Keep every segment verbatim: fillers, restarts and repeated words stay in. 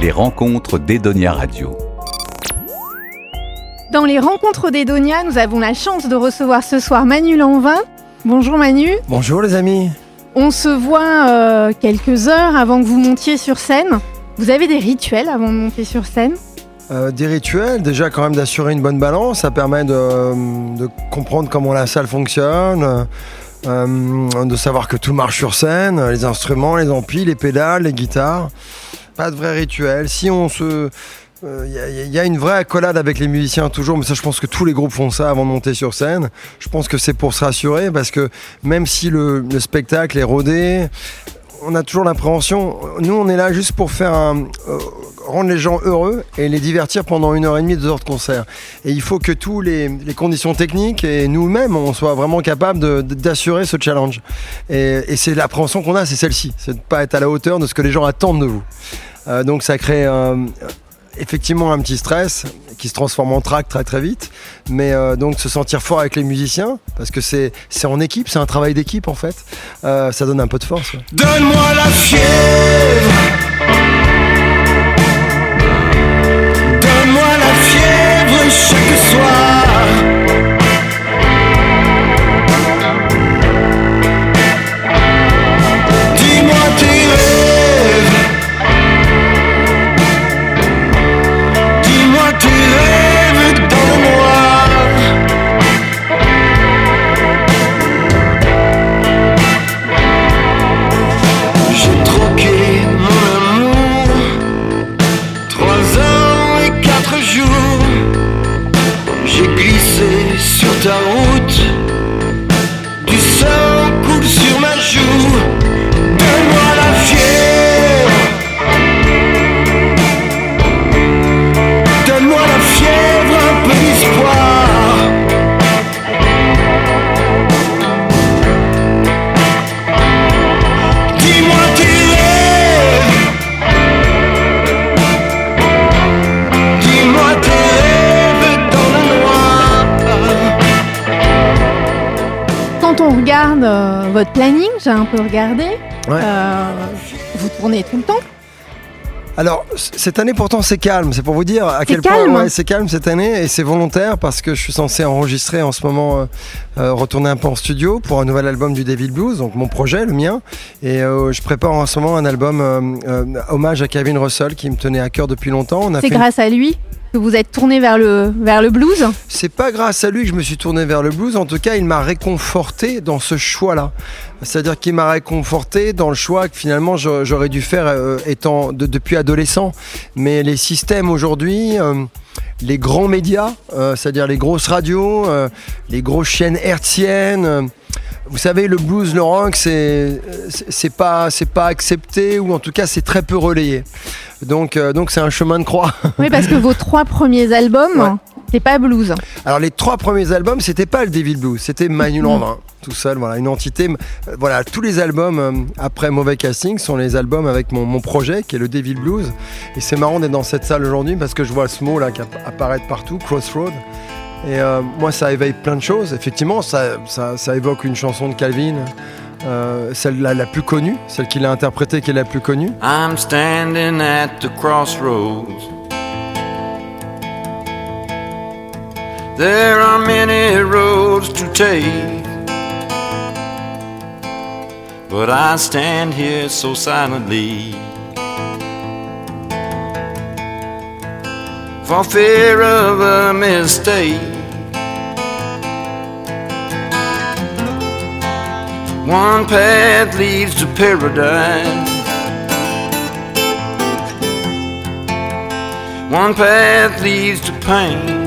Les rencontres d'Edonia Radio. Dans les rencontres d'Edonia, nous avons la chance de recevoir ce soir Manu Lanvin. Bonjour Manu. Bonjour les amis. On se voit euh, quelques heures avant que vous montiez sur scène. Vous avez des rituels avant de monter sur scène ? Euh, des rituels, déjà quand même d'assurer une bonne balance, ça permet de, de comprendre comment la salle fonctionne, euh, de savoir que tout marche sur scène, les instruments, les amplis, les pédales, les guitares. Pas de vrai rituel. Si on se... Il euh, y, y a une vraie accolade avec les musiciens toujours, mais ça je pense que tous les groupes font ça avant de monter sur scène. Je pense que c'est pour se rassurer parce que même si le, le spectacle est rodé, on a toujours l'appréhension. Nous on est là juste pour faire un, euh, rendre les gens heureux et les divertir pendant une heure et demie, deux heures de concert. Et il faut que tous les, les conditions techniques et nous-mêmes on soit vraiment capables de, de, d'assurer ce challenge. Et, et c'est l'appréhension qu'on a, c'est celle-ci, c'est de ne pas être à la hauteur de ce que les gens attendent de vous. Euh, donc ça crée euh, effectivement un petit stress qui se transforme en trac très très vite, mais euh, donc se sentir fort avec les musiciens parce que c'est, c'est en équipe, c'est un travail d'équipe en fait, euh, ça donne un peu de force. Ouais. Donne-moi la fièvre, donne-moi la fièvre chaque soir. Dis-moi tes rêves, dis-moi tes rêves dans le noir. J'ai troqué mon amour, trois ans et quatre jours. J'ai glissé sur ta route, du sang coule sur ma joue. Donne-moi la fièvre, donne-moi la fièvre, un peu d'espoir. Dis-moi tes rêves, dis-moi tes rêves dans le noir. Quand on regarde euh, votre planning, j'ai un peu regardé, Ouais. euh, vous tournez tout le temps. Alors c- cette année pourtant c'est calme, c'est pour vous dire à C'est quel calme. point ouais, c'est calme cette année et c'est volontaire parce que je suis censé enregistrer en ce moment, euh, euh, retourner un peu en studio pour un nouvel album du Devil Blues, donc mon projet, le mien, et euh, je prépare en ce moment un album euh, euh, hommage à Kevin Russell qui me tenait à cœur depuis longtemps. On a C'est fait grâce à lui que vous êtes tourné vers le, vers le blues. C'est pas grâce à lui que je me suis tourné vers le blues, en tout cas il m'a réconforté dans ce choix-là. C'est-à-dire qu'il m'a réconforté dans le choix que finalement j'aurais dû faire euh, étant de, depuis adolescent. Mais les systèmes aujourd'hui, euh, les grands médias, euh, c'est-à-dire les grosses radios, euh, les grosses chaînes hertziennes, euh, vous savez, le blues, le rock, c'est, c'est, c'est pas, c'est pas accepté ou en tout cas c'est très peu relayé. Donc, euh, donc c'est un chemin de croix. Oui, parce que vos trois premiers albums, Ouais. c'est pas blues. Alors les trois premiers albums, c'était pas le Devil Blues, c'était Manu Lanvin, tout seul, voilà, une entité. Euh, voilà, tous les albums euh, après Mauvais Casting sont les albums avec mon, mon projet qui est le Devil Blues. Et c'est marrant d'être dans cette salle aujourd'hui parce que je vois ce mot là qui app- apparaître partout, Crossroad. Et euh, moi, ça éveille plein de choses. Effectivement, ça, ça, ça évoque une chanson de Calvin, euh, celle la, la plus connue, celle qu'il a interprétée qui est la plus connue. I'm standing at the crossroads. There are many roads to take, but I stand here so silently, for fear of a mistake. One path leads to paradise, one path leads to pain,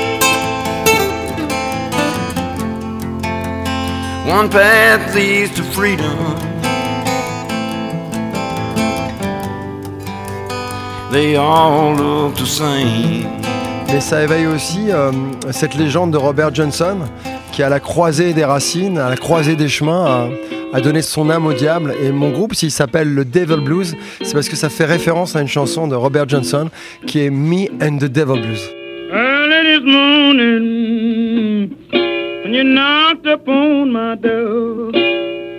one path leads to freedom. They all look the same. Mais ça éveille aussi euh, cette légende de Robert Johnson qui, à la croisée des racines, à la croisée des chemins, a, a donné son âme au diable. Et mon groupe, s'il s'appelle le Devil Blues, c'est parce que ça fait référence à une chanson de Robert Johnson qui est Me and the Devil Blues. Early this morning, when you knocked upon my door,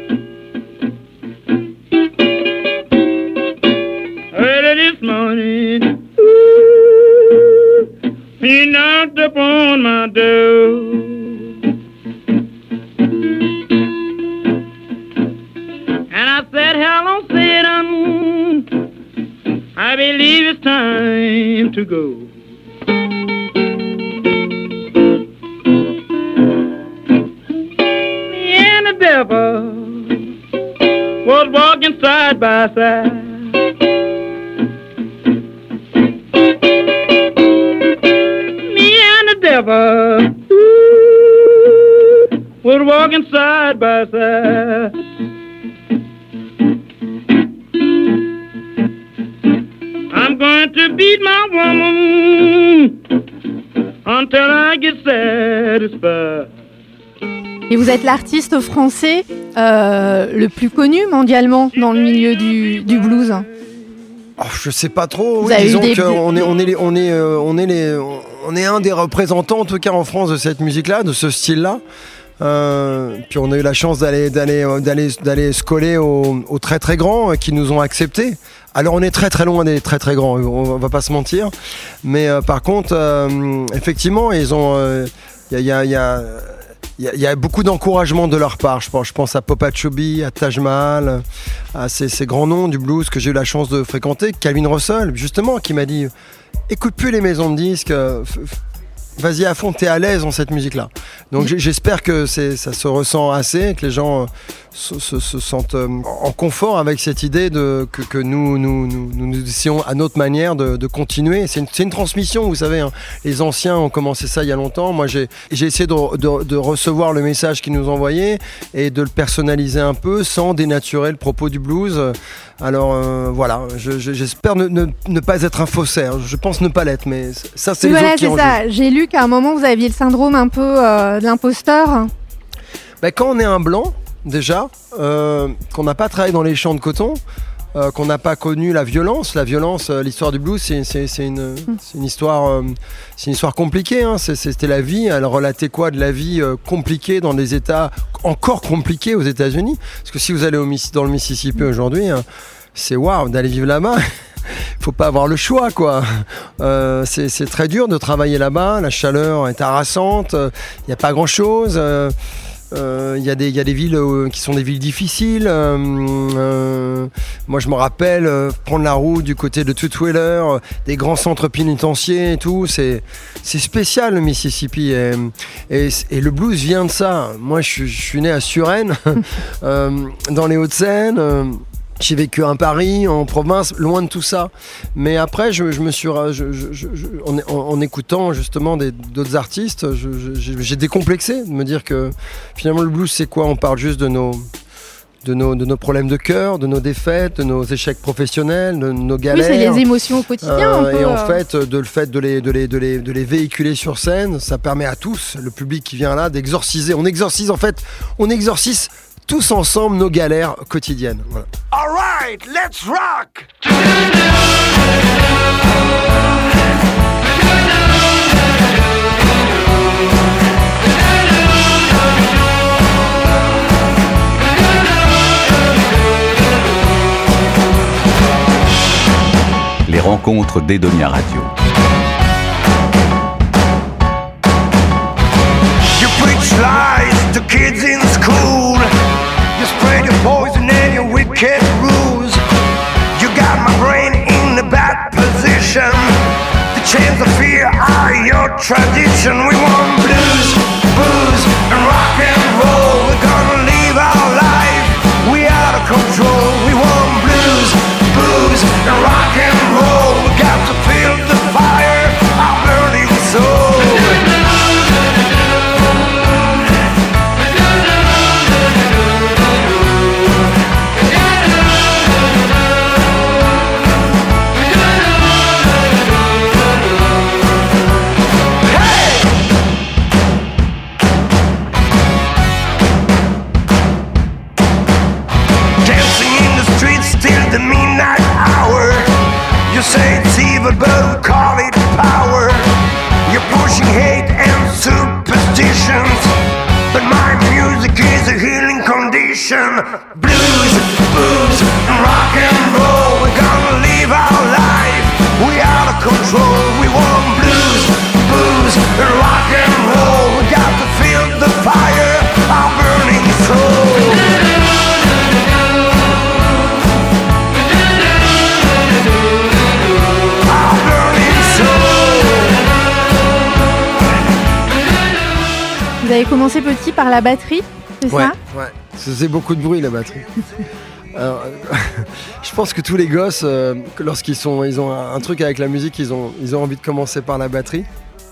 early this morning, he knocked upon my door. And I said, hello, Satan, I believe it's time to go. Me and the devil was walking side by side. Devil, ooh, we're walking side by side. I'm going to beat my woman until I get satisfied. Et vous êtes l'artiste français euh, le plus connu mondialement dans le milieu du, du blues. Oh, je sais pas trop. Oui, disons des... qu'on est, on est, les, on est, euh, on est les, on est un des représentants, en tout cas en France, de cette musique-là, de ce style-là. Euh, puis on a eu la chance d'aller, d'aller, d'aller, d'aller se coller aux, aux très très grands qui nous ont acceptés. Alors on est très très loin des très très grands, on va pas se mentir. Mais euh, par contre, euh, effectivement, ils ont, il euh, y a, il y a Il y, y a beaucoup d'encouragement de leur part. Je pense, je pense à Popa Chubby, à Taj Mahal, à ces, ces grands noms du blues que j'ai eu la chance de fréquenter. Calvin Russell, justement, qui m'a dit « Écoute plus les maisons de disques, f- f- vas-y à fond, t'es à l'aise dans cette musique-là. » Donc j'espère que c'est, ça se ressent assez, que les gens se, se, se sentent en confort avec cette idée de, que, que nous, nous, nous, nous, nous essayons à notre manière de, de continuer. C'est une, c'est une transmission, vous savez. Hein. Les anciens ont commencé ça il y a longtemps. Moi, j'ai, j'ai essayé de, de, de recevoir le message qu'ils nous envoyaient et de le personnaliser un peu sans dénaturer le propos du blues. Alors euh, voilà, je, je, j'espère ne, ne, ne pas être un faussaire. Je pense ne pas l'être, mais ça, c'est oui, les voilà, autres qui en jugent. J'ai lu qu'à un moment, vous aviez le syndrome un peu euh, de l'imposteur. Ben, quand on est un blanc, déjà, euh, qu'on n'a pas travaillé dans les champs de coton, euh, qu'on n'a pas connu la violence, la violence, euh, l'histoire du blues, c'est, c'est, c'est, une, c'est, une, histoire, euh, c'est une histoire compliquée. Hein. C'est, c'était la vie. Elle relatait quoi de la vie euh, compliquée dans des États encore compliqués aux États-Unis. Parce que si vous allez au, dans le Mississippi aujourd'hui, hein, c'est waouh d'aller vivre là-bas. Faut pas avoir le choix, quoi. Euh, c'est, c'est très dur de travailler là-bas. La chaleur est harassante. Il n'y a pas grand-chose. Euh, Il euh, y, y a des villes euh, qui sont des villes difficiles. Euh, euh, moi, je me rappelle euh, prendre la route du côté de Tutwiler, euh, des grands centres pénitentiaires et tout. C'est, c'est spécial, le Mississippi. Et, et, et le blues vient de ça. Moi, je, je suis né à Suresnes, euh, dans les Hauts-de-Seine. Euh, J'ai vécu à Paris, en province, loin de tout ça. Mais après, je, je me suis, je, je, je, en, en, en écoutant justement des, d'autres artistes, je, je, j'ai décomplexé de me dire que finalement le blues, c'est quoi ? On parle juste de nos, de nos, de nos problèmes de cœur, de nos défaites, de nos échecs professionnels, de nos galères. Oui, c'est les émotions au quotidien. Euh, un peu, et en euh... fait, de le fait de les, de les, de les, de les véhiculer sur scène, ça permet à tous, le public qui vient là, d'exorciser. On exorcise en fait, on exorcise tous ensemble nos galères quotidiennes. Voilà. All right, let's rock. Les rencontres d'Edonia Radio. You preach lies to kids in school. You spread your poison and your wicked rules. You got my brain in a bad position. The chains of fear are your tradition. We want blues, booze, and rock and roll. We're gonna live our life. We out of control. We want blues, booze, and rock and roll. We got to feel the fire, our burning soul. The midnight hour. You say it's evil, but we call it power. You're pushing hate and superstitions, but my music is a healing condition. Blues, booze, and rock and roll. We're gonna live our life. We out of control. We want blues, booze. avez commencé petit par la batterie, c'est Ouais, ça? ouais. Ça faisait beaucoup de bruit la batterie. Alors, euh, je pense que tous les gosses, euh, que lorsqu'ils sont, ils ont un, un truc avec la musique, ils ont, ils ont envie de commencer par la batterie.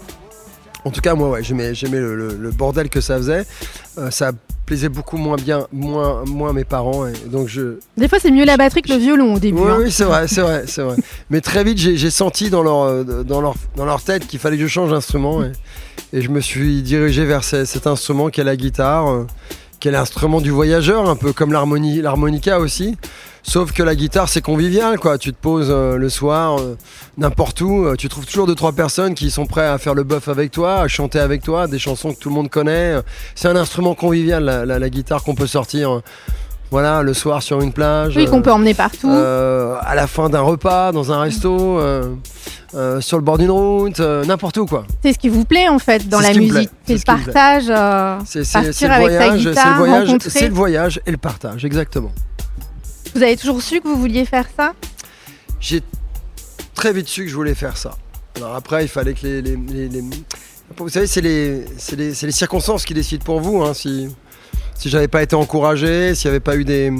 En tout cas, moi, ouais, j'aimais, j'aimais le, le, le bordel que ça faisait. Euh, ça plaisait beaucoup moins bien, moins, moins à mes parents. Et donc je... Des fois, c'est mieux la batterie que le violon au début. Oui, hein. oui, c'est vrai, c'est vrai, c'est vrai. Mais très vite, j'ai, j'ai senti dans leur, dans, leur, dans leur tête qu'il fallait que je change d'instrument. Et, et je me suis dirigé vers ce, cet instrument qu'est la guitare, euh, qui est l'instrument du voyageur, un peu comme l'harmonie, l'harmonica aussi. Sauf que la guitare, c'est convivial, quoi. Tu te poses euh, le soir, euh, n'importe où, euh, tu trouves toujours deux, trois personnes qui sont prêtes à faire le bœuf avec toi, à chanter avec toi, des chansons que tout le monde connaît. C'est un instrument convivial, la, la, la guitare qu'on peut sortir, euh, voilà, le soir sur une plage. Oui, euh, qu'on peut emmener partout. Euh, à la fin d'un repas, dans un resto, euh, euh, sur le bord d'une route, euh, n'importe où, quoi. C'est ce qui vous plaît, en fait, dans C'est la ce qui me musique. plaît. C'est C'est le ce qui me partage, euh, C'est, c'est, partir c'est le avec voyage, sa c'est guitare, le voyage, rencontrer. c'est le voyage et le partage, exactement. Vous avez toujours su que vous vouliez faire ça? J'ai très vite su que je voulais faire ça. Alors après, il fallait que les... les, les, les... Vous savez, c'est les, c'est, les, c'est les circonstances qui décident pour vous. Hein. Si, si j'avais pas été encouragé, s'il n'y avait pas eu des,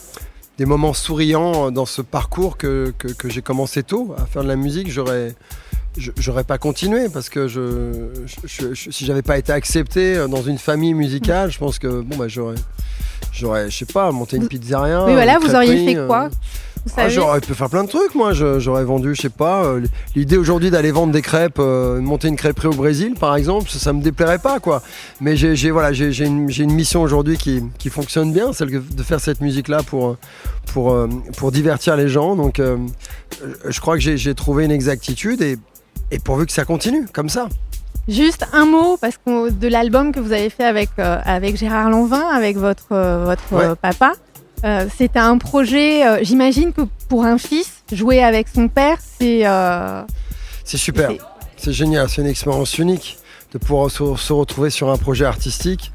des moments souriants dans ce parcours que, que, que j'ai commencé tôt à faire de la musique, j'aurais... j'aurais pas continué parce que je, je, je, si j'avais pas été accepté dans une famille musicale, je pense que bon bah j'aurais, j'aurais, je sais pas, monté une pizzeria. Oui voilà, vous auriez crêperie, fait quoi euh... vous ah, savez J'aurais pu faire plein de trucs, moi. Je, j'aurais vendu, je sais pas. Euh, l'idée aujourd'hui d'aller vendre des crêpes, euh, monter une crêperie au Brésil, par exemple, ça, ça me déplairait pas, quoi. Mais j'ai, j'ai voilà, j'ai, j'ai, une, j'ai une mission aujourd'hui qui, qui fonctionne bien, celle de faire cette musique-là pour, pour, euh, pour divertir les gens. Donc, euh, je crois que j'ai, j'ai trouvé une exactitude et Et pourvu que ça continue, comme ça. Juste un mot, parce que de l'album que vous avez fait avec, euh, avec Gérard Lanvin, avec votre, euh, votre Ouais. euh, papa, euh, c'était un projet, euh, j'imagine que pour un fils, jouer avec son père, c'est... Euh, c'est super, c'est... c'est génial, c'est une expérience unique de pouvoir se, se retrouver sur un projet artistique.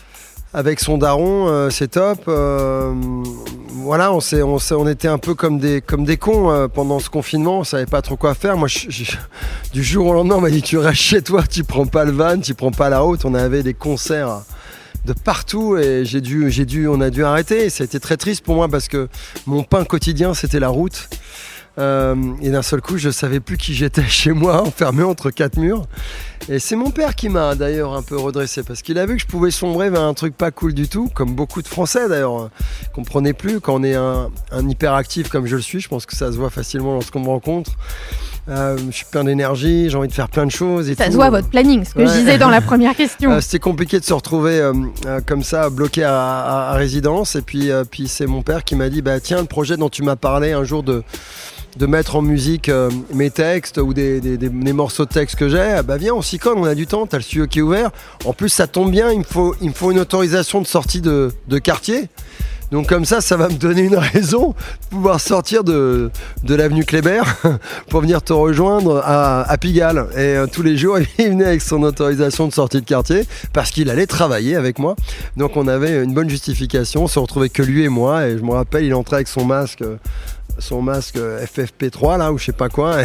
Avec son daron, euh, c'est top. Euh, voilà, on, s'est, on, s'est, on était un peu comme des, comme des cons euh, pendant ce confinement. On savait pas trop quoi faire. Moi, je, je, du jour au lendemain, on m'a dit tu restes chez toi, tu prends pas le van, tu prends pas la route. On avait des concerts de partout et j'ai dû, j'ai dû, on a dû arrêter. Ça a été très triste pour moi parce que mon pain quotidien, c'était la route. Euh, et d'un seul coup, je savais plus qui j'étais chez moi, enfermé entre quatre murs. Et c'est mon père qui m'a d'ailleurs un peu redressé parce qu'il a vu que je pouvais sombrer vers un truc pas cool du tout, comme beaucoup de Français d'ailleurs. Qu'on comprenait plus quand on est un, un hyperactif comme je le suis. Je pense que ça se voit facilement lorsqu'on me rencontre. Euh, je suis plein d'énergie, j'ai envie de faire plein de choses. Et ça tout. se voit votre planning, ce que Ouais. je disais dans la première question. Euh, c'était compliqué de se retrouver euh, euh, comme ça, bloqué à, à, à résidence. Et puis, euh, puis c'est mon père qui m'a dit bah, tiens, le projet dont tu m'as parlé un jour de. de mettre en musique euh, mes textes ou des, des, des, des morceaux de texte que j'ai, bah viens on s'y colle, on a du temps, t'as le studio qui est ouvert, en plus ça tombe bien, il me faut, il me faut une autorisation de sortie de, de quartier, donc comme ça ça va me donner une raison de pouvoir sortir de, de l'avenue Kléber pour venir te rejoindre à, à Pigalle, et euh, tous les jours il venait avec son autorisation de sortie de quartier parce qu'il allait travailler avec moi, donc on avait une bonne justification, on se retrouvait que lui et moi, et je me rappelle il entrait avec son masque euh, son masque F F P trois là ou je sais pas quoi,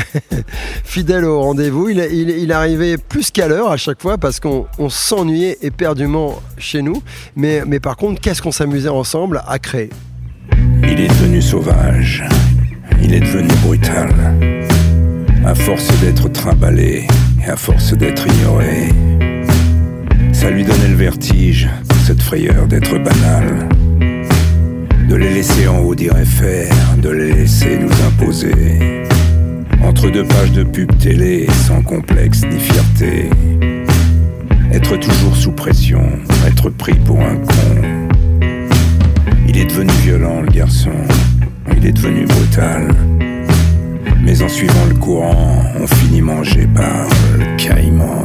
fidèle au rendez-vous, il, il, il arrivait plus qu'à l'heure à chaque fois parce qu'on on s'ennuyait éperdument chez nous, mais, mais par contre qu'est-ce qu'on s'amusait ensemble à créer. Il est devenu sauvage, il est devenu brutal, à force d'être trimballé et à force d'être ignoré, ça lui donnait le vertige, cette frayeur d'être banal. De les laisser en haut dire et faire, de les laisser nous imposer. Entre deux pages de pub télé, sans complexe ni fierté. Être toujours sous pression, être pris pour un con. Il est devenu violent le garçon, il est devenu brutal. Mais en suivant le courant, on finit mangé par le caïman.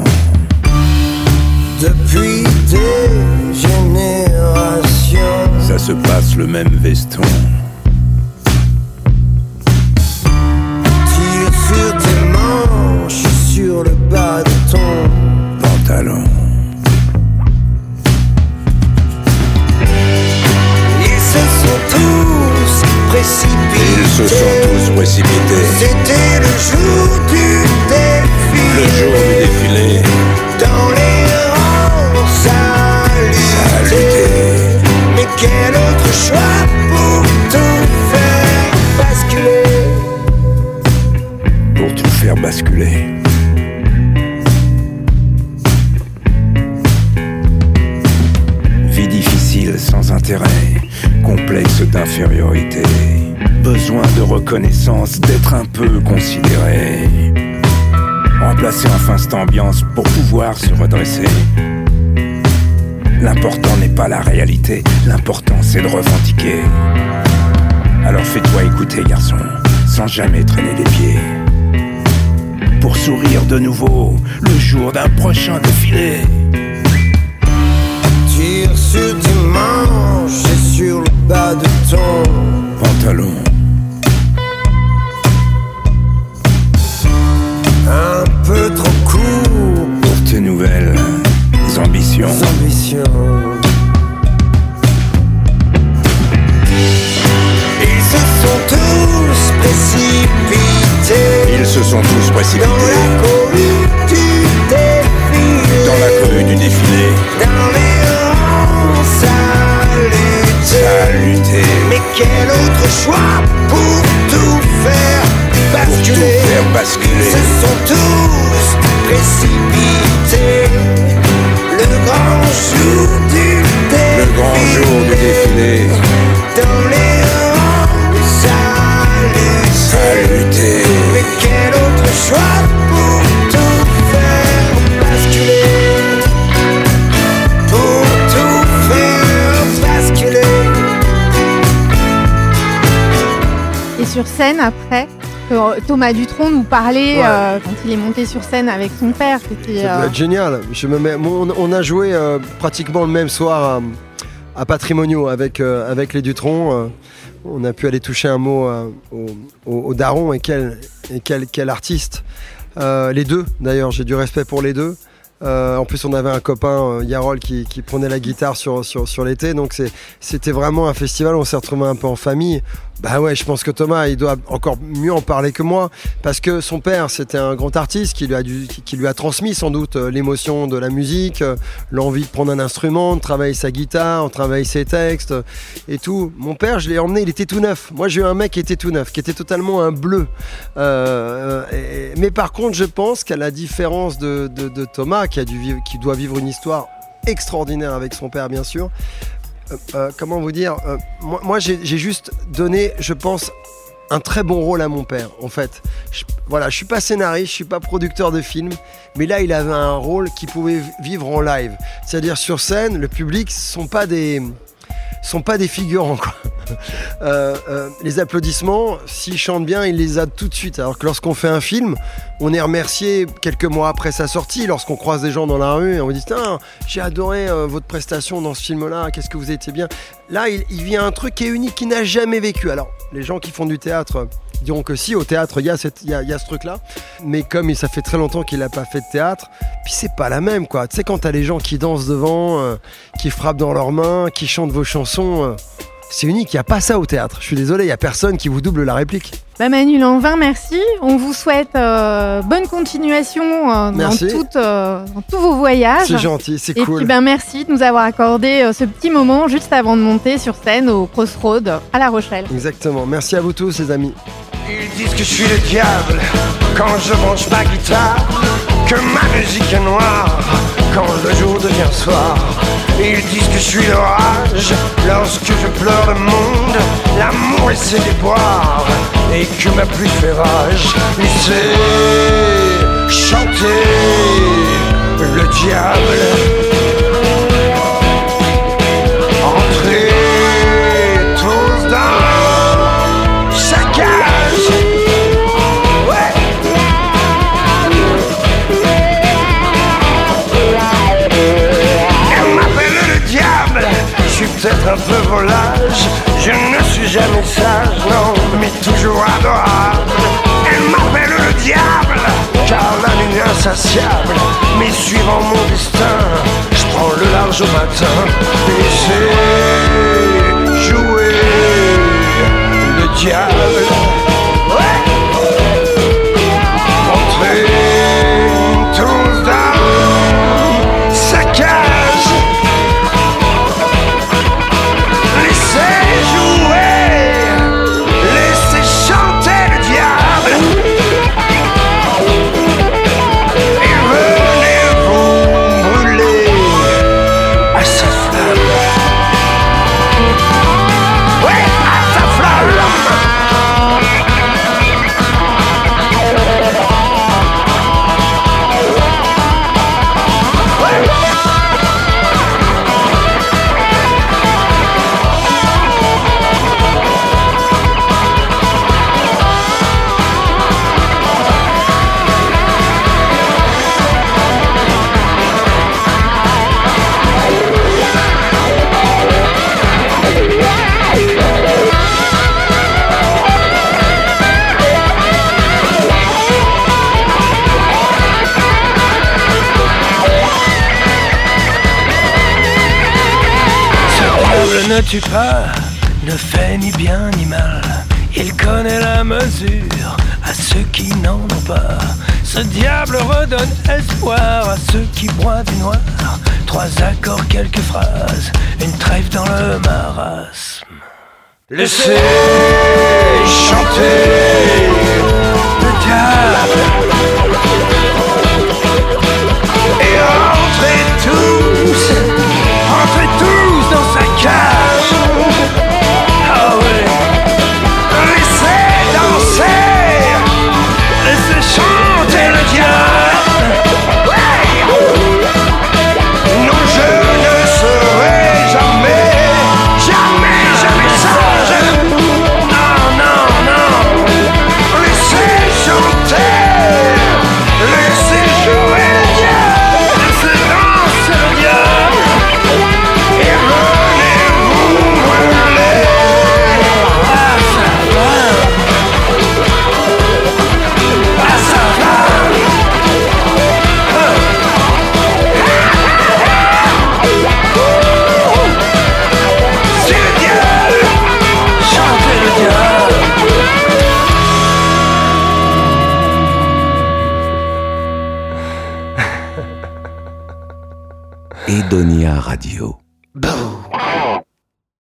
Depuis des générations, ça se passe le même veston. tire sur tes manches, sur le bas de ton pantalon. Ils se sont tous précipités. Ils se sont tous précipités. C'était le jour du défilé. Le jour du défilé. Dans les rangs, ça faire basculer. Vie difficile sans intérêt, complexe d'infériorité, besoin de reconnaissance, d'être un peu considéré. Remplacer enfin cette ambiance pour pouvoir se redresser. L'important n'est pas la réalité, l'important c'est de revendiquer. Alors fais-toi écouter, garçon, sans jamais traîner les pieds. Pour sourire de nouveau, le jour d'un prochain défilé. Tire sur tes manches et sur le bas de ton pantalon. Un peu trop court pour tes nouvelles ambitions. ambitions. Ils se sont tous précipités. Ils se sont tous précipités dans la cohue du défilé. Dans la cohue du défilé. Dans les rangs salutés. Salutés. Mais quel autre choix pour tout faire basculer. Pour tout faire basculer. Ils se sont tous précipités. Le grand jour du défilé. Le grand jour du défilé. Dans les rangs salutés. Salutés. Mais quel autre choix pour tout faire basculer. Pour tout faire basculer. Et sur scène, après, que Thomas Dutronc nous parlait Ouais. euh, quand il est monté sur scène avec son père. C'était, Ça doit euh, être génial. Je me mets, on, on a joué euh, pratiquement le même soir à, à Patrimonio avec, euh, avec les Dutronc. Euh, on a pu aller toucher un mot euh, au, au, au daron et quel, et quel, quel artiste. Euh, les deux, d'ailleurs, j'ai du respect pour les deux. Euh, en plus, on avait un copain, euh, Yarol, qui, qui prenait la guitare sur, sur, sur l'été. Donc, c'est, c'était vraiment un festival. On s'est retrouvés un peu en famille. Bah ouais, je pense que Thomas, il doit encore mieux en parler que moi. Parce que son père, c'était un grand artiste qui lui a, dû, qui, qui lui a transmis sans doute euh, l'émotion de la musique, euh, l'envie de prendre un instrument, de travailler sa guitare, de travailler ses textes euh, et tout. Mon père, je l'ai emmené, il était tout neuf. Moi, j'ai eu un mec qui était tout neuf, qui était totalement un bleu. Euh, et, mais par contre, je pense qu'à la différence de, de, de Thomas, qui, a dû vivre, qui doit vivre une histoire extraordinaire avec son père, bien sûr, Euh, euh, comment vous dire euh, moi, moi j'ai, j'ai juste donné, je pense, un très bon rôle à mon père, en fait. Je, voilà, je suis pas scénariste, je suis pas producteur de film, mais là, il avait un rôle qui pouvait vivre en live. C'est-à-dire sur scène, le public sont pas des sont pas des figurants, quoi. Euh, euh, les applaudissements, s'il chante bien, il les a tout de suite. Alors que lorsqu'on fait un film, on est remercié quelques mois après sa sortie, lorsqu'on croise des gens dans la rue et on dit tiens, j'ai adoré euh, votre prestation dans ce film-là, qu'est-ce que vous étiez bien. Là, il, il vient un truc qui est unique, qui n'a jamais vécu. Alors, les gens qui font du théâtre diront que si, au théâtre, il y, y, y a ce truc-là. Mais comme ça fait très longtemps qu'il n'a pas fait de théâtre, puis c'est pas la même, quoi. Tu sais, quand t'as les gens qui dansent devant, euh, qui frappent dans leurs mains, qui chantent vos chansons, euh, c'est unique, il n'y a pas ça au théâtre. Je suis désolé, il n'y a personne qui vous double la réplique. Bah Manu Lanvin, merci. On vous souhaite euh, bonne continuation euh, dans, toute, euh, dans tous vos voyages. C'est gentil, c'est Et cool. Et puis ben, merci de nous avoir accordé euh, ce petit moment juste avant de monter sur scène au Crossroads à La Rochelle. Exactement. Merci à vous tous, les amis. Ils disent que je suis le diable quand je branche ma guitare, que ma musique est noire quand le jour devient soir. Ils disent que je suis l'orage lorsque je pleure le monde, l'amour et ses déboires, et que ma pluie fait rage. Il sait chanter le diable, entrez tous dans sa cage. Ouais. Elle m'appelle le diable, je suis peut-être un peu volage, je ne suis jamais sage, non, mais toujours adorable. Elle m'appelle le diable, car la nuit est insatiable, mais suivant mon destin, je prends le large au matin. Et c'est jouer le diable. Ouais. Entrez tous dans sa cage, laissez jouer, laissez chanter le diable. ne tue pas, ne fait ni bien ni mal. Il connaît la mesure à ceux qui n'en ont pas. Ce diable redonne espoir à ceux qui boivent du noir. Trois accords, quelques phrases, une trêve dans le marasme. Laissez chanter le diable et rentrez tous, rentrez tous dans sa cage. Ah ouais, laissez danser, laissez chanter le diable. Non, je ne serai jamais, jamais, jamais sage. Non, non, non, laissez chanter, laissez jouer le diable, laissez danser le diable. Et venez-vous brûler. Ah, ça va. Ah, ça va. C'est le diable. Chantez le diable. Edonia Radio. Boom.